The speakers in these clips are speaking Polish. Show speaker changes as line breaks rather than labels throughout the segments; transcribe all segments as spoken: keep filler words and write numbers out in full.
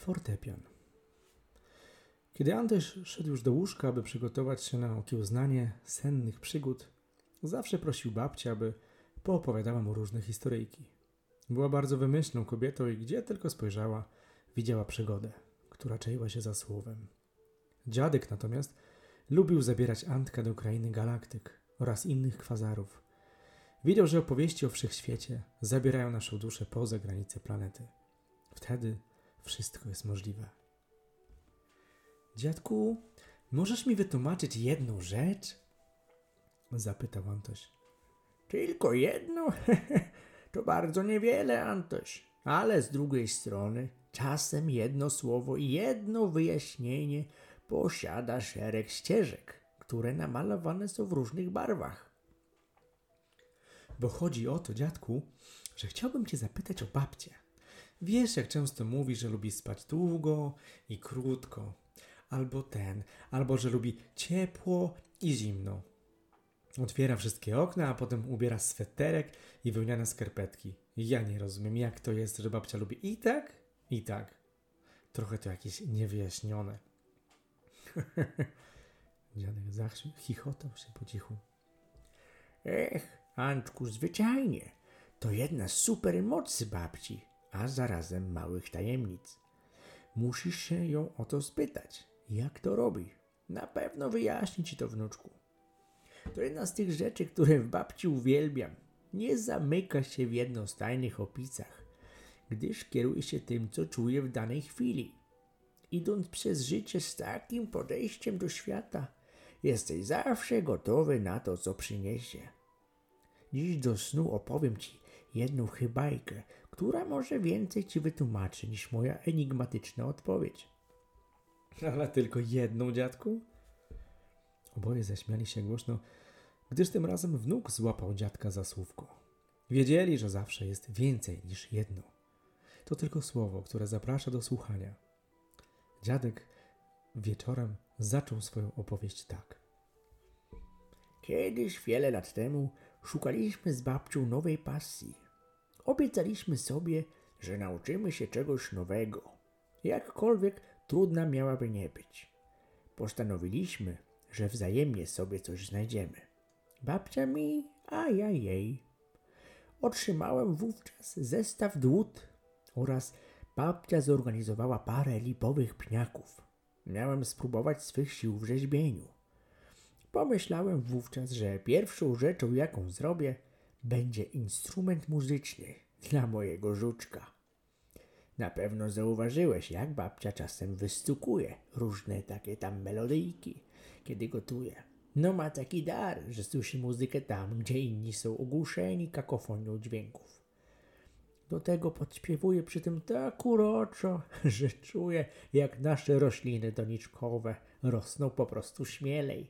Fortepian. Kiedy Antoś szedł już do łóżka, aby przygotować się na okiełznanie sennych przygód, zawsze prosił babcię, aby poopowiadała mu różne historyjki. Była bardzo wymyślną kobietą i gdzie tylko spojrzała, widziała przygodę, która czaiła się za słowem. Dziadek natomiast lubił zabierać Antka do krainy galaktyk oraz innych kwazarów. Wiedział, że opowieści o wszechświecie zabierają naszą duszę poza granice planety. Wtedy wszystko jest możliwe. Dziadku, możesz mi wytłumaczyć jedną rzecz? Zapytał Antoś.
Tylko jedno? To bardzo niewiele, Antoś. Ale z drugiej strony czasem jedno słowo i jedno wyjaśnienie posiada szereg ścieżek, które namalowane są w różnych barwach.
Bo chodzi o to, dziadku, że chciałbym cię zapytać o babcię. Wiesz, jak często mówi, że lubi spać długo i krótko. Albo ten, albo że lubi ciepło i zimno. Otwiera wszystkie okna, a potem ubiera sweterek i wełniane skarpetki. Ja nie rozumiem, jak to jest, że babcia lubi i tak, i tak. Trochę to jakieś niewyjaśnione. Dziadek zachichotał się po cichu.
Ech, Antku, zwyczajnie. To jedna z supermocy babci, a zarazem małych tajemnic. Musisz się ją o to spytać, jak to robi. Na pewno wyjaśni ci to, wnuczku. To jedna z tych rzeczy, które w babci uwielbiam. Nie zamyka się w jednostajnych opisach, gdyż kieruje się tym, co czuje w danej chwili. Idąc przez życie z takim podejściem do świata, jesteś zawsze gotowy na to, co przyniesie. Dziś do snu opowiem ci jedną chybajkę, która może więcej ci wytłumaczy niż moja enigmatyczna odpowiedź.
Ale tylko jedną, dziadku? Oboje zaśmiali się głośno, gdyż tym razem wnuk złapał dziadka za słówko. Wiedzieli, że zawsze jest więcej niż jedno. To tylko słowo, które zaprasza do słuchania. Dziadek wieczorem zaczął swoją opowieść tak.
Kiedyś, wiele lat temu, szukaliśmy z babcią nowej pasji. Obiecaliśmy sobie, że nauczymy się czegoś nowego, jakkolwiek trudna miałaby nie być. Postanowiliśmy, że wzajemnie sobie coś znajdziemy. Babcia mi, a ja jej. Otrzymałem wówczas zestaw dłut oraz babcia zorganizowała parę lipowych pniaków. Miałem spróbować swych sił w rzeźbieniu. Pomyślałem wówczas, że pierwszą rzeczą, jaką zrobię, będzie instrument muzyczny dla mojego żuczka. Na pewno zauważyłeś, jak babcia czasem wystukuje różne takie tam melodyjki, kiedy gotuje. No ma taki dar, że słyszy muzykę tam, gdzie inni są ogłuszeni kakofonią dźwięków. Do tego podśpiewuje przy tym tak uroczo, że czuję, jak nasze rośliny doniczkowe rosną po prostu śmielej.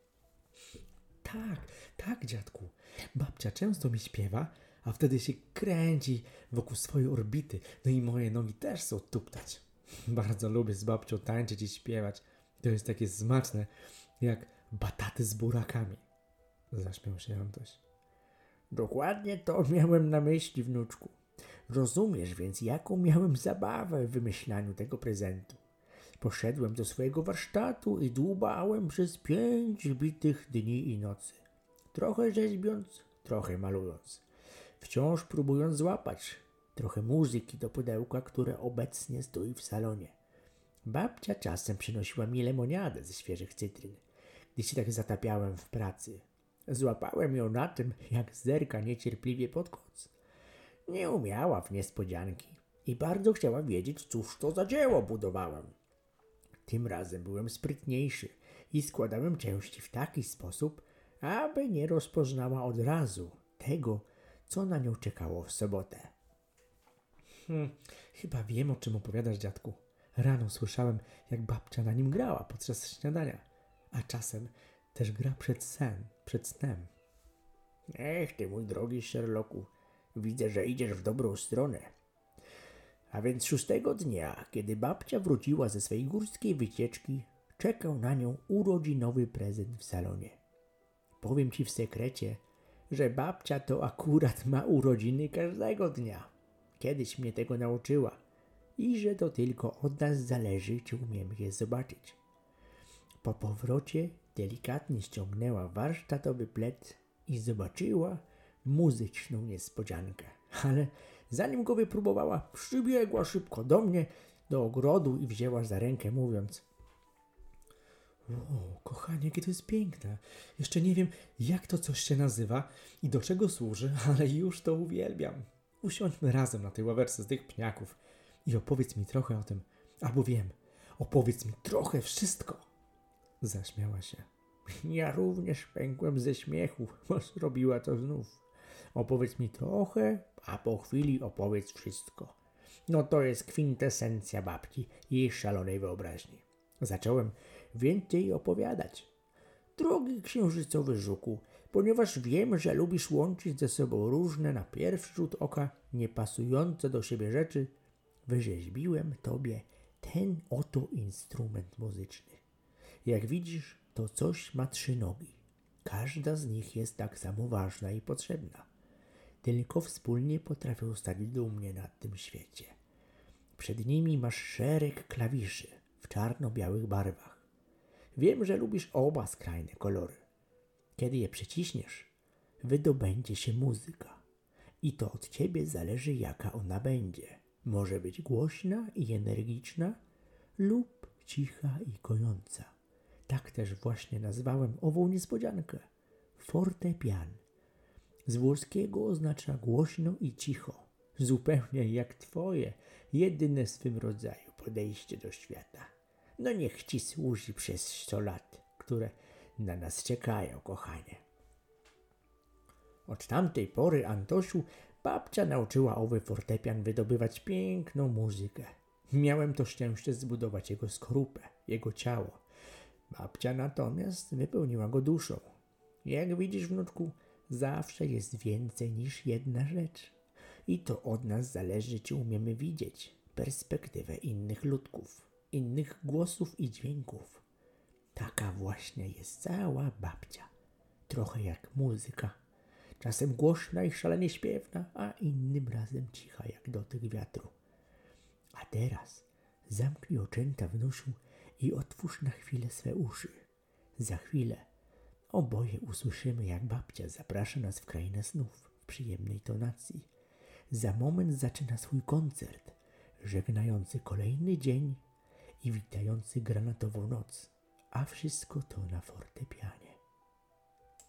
Tak, tak, dziadku. Babcia często mi śpiewa, a wtedy się kręci wokół swojej orbity. No i moje nogi też są tuptać. Bardzo lubię z babcią tańczyć i śpiewać. To jest takie smaczne, jak bataty z burakami. Zaśmiał się Antoś.
Dokładnie to miałem na myśli, wnuczku. Rozumiesz więc, jaką miałem zabawę w wymyślaniu tego prezentu. Poszedłem do swojego warsztatu i dłubałem przez pięć bitych dni i nocy. Trochę rzeźbiąc, trochę malując. Wciąż próbując złapać trochę muzyki do pudełka, które obecnie stoi w salonie. Babcia czasem przynosiła mi lemoniadę ze świeżych cytryn, gdy się tak zatapiałem w pracy. Złapałem ją na tym, jak zerka niecierpliwie pod koc. Nie umiała w niespodzianki i bardzo chciała wiedzieć, cóż to za dzieło budowałem. Tym razem byłem sprytniejszy i składałem części w taki sposób, aby nie rozpoznała od razu tego, co na nią czekało w sobotę.
Hmm, chyba wiem, o czym opowiadasz, dziadku. Rano słyszałem, jak babcia na nim grała podczas śniadania, a czasem też gra przed sen, przed snem.
Ech, ty mój drogi Sherlocku, widzę, że idziesz w dobrą stronę. A więc szóstego dnia, kiedy babcia wróciła ze swej górskiej wycieczki, czekał na nią urodzinowy prezent w salonie. Powiem ci w sekrecie, że babcia to akurat ma urodziny każdego dnia. Kiedyś mnie tego nauczyła. i że to tylko od nas zależy, czy umiemy je zobaczyć. Po powrocie delikatnie ściągnęła warsztatowy plet i zobaczyła muzyczną niespodziankę. Ale zanim go wypróbowała, przybiegła szybko do mnie, do ogrodu i wzięła za rękę, mówiąc:
O, kochanie, jakie to jest piękne. Jeszcze nie wiem, jak to coś się nazywa i do czego służy, ale już to uwielbiam. Usiądźmy razem na tej ławeczce z tych pniaków i opowiedz mi trochę o tym. Albo wiem, opowiedz mi trochę wszystko. Zaśmiała się.
Ja również pękłem ze śmiechu, bo zrobiła to znów. Opowiedz mi trochę, a po chwili opowiedz wszystko. No to jest kwintesencja babci i jej szalonej wyobraźni. Zacząłem więcej opowiadać. Drogi księżycowy żuku, ponieważ wiem, że lubisz łączyć ze sobą różne na pierwszy rzut oka niepasujące do siebie rzeczy, wyrzeźbiłem tobie ten oto instrument muzyczny. Jak widzisz, to coś ma trzy nogi. Każda z nich jest tak samo ważna i potrzebna. Tylko wspólnie potrafią stać dumnie na tym świecie. Przed nimi masz szereg klawiszy w czarno-białych barwach. Wiem, że lubisz oba skrajne kolory. Kiedy je przyciśniesz, wydobędzie się muzyka. I to od ciebie zależy, jaka ona będzie. Może być głośna i energiczna lub cicha i kojąca. Tak też właśnie nazwałem ową niespodziankę. Fortepian. Z włoskiego oznacza głośno i cicho. Zupełnie jak twoje, jedyne w swym rodzaju podejście do świata. No niech ci służy przez sto lat, które na nas czekają, kochanie. Od tamtej pory, Antosiu, babcia nauczyła owy fortepian wydobywać piękną muzykę. Miałem to szczęście zbudować jego skorupę, jego ciało. Babcia natomiast wypełniła go duszą. Jak widzisz, wnuczku, zawsze jest więcej niż jedna rzecz. I to od nas zależy, czy umiemy widzieć perspektywę innych ludków, innych głosów i dźwięków. Taka właśnie jest cała babcia. Trochę jak muzyka. Czasem głośna i szalenie śpiewna, a innym razem cicha jak dotyk wiatru. A teraz zamknij oczęta, wnusiu, i otwórz na chwilę swe uszy. Za chwilę oboje usłyszymy, jak babcia zaprasza nas w krainę snów w przyjemnej tonacji. Za moment zaczyna swój koncert, żegnający kolejny dzień i witający granatową noc, a wszystko to na fortepianie.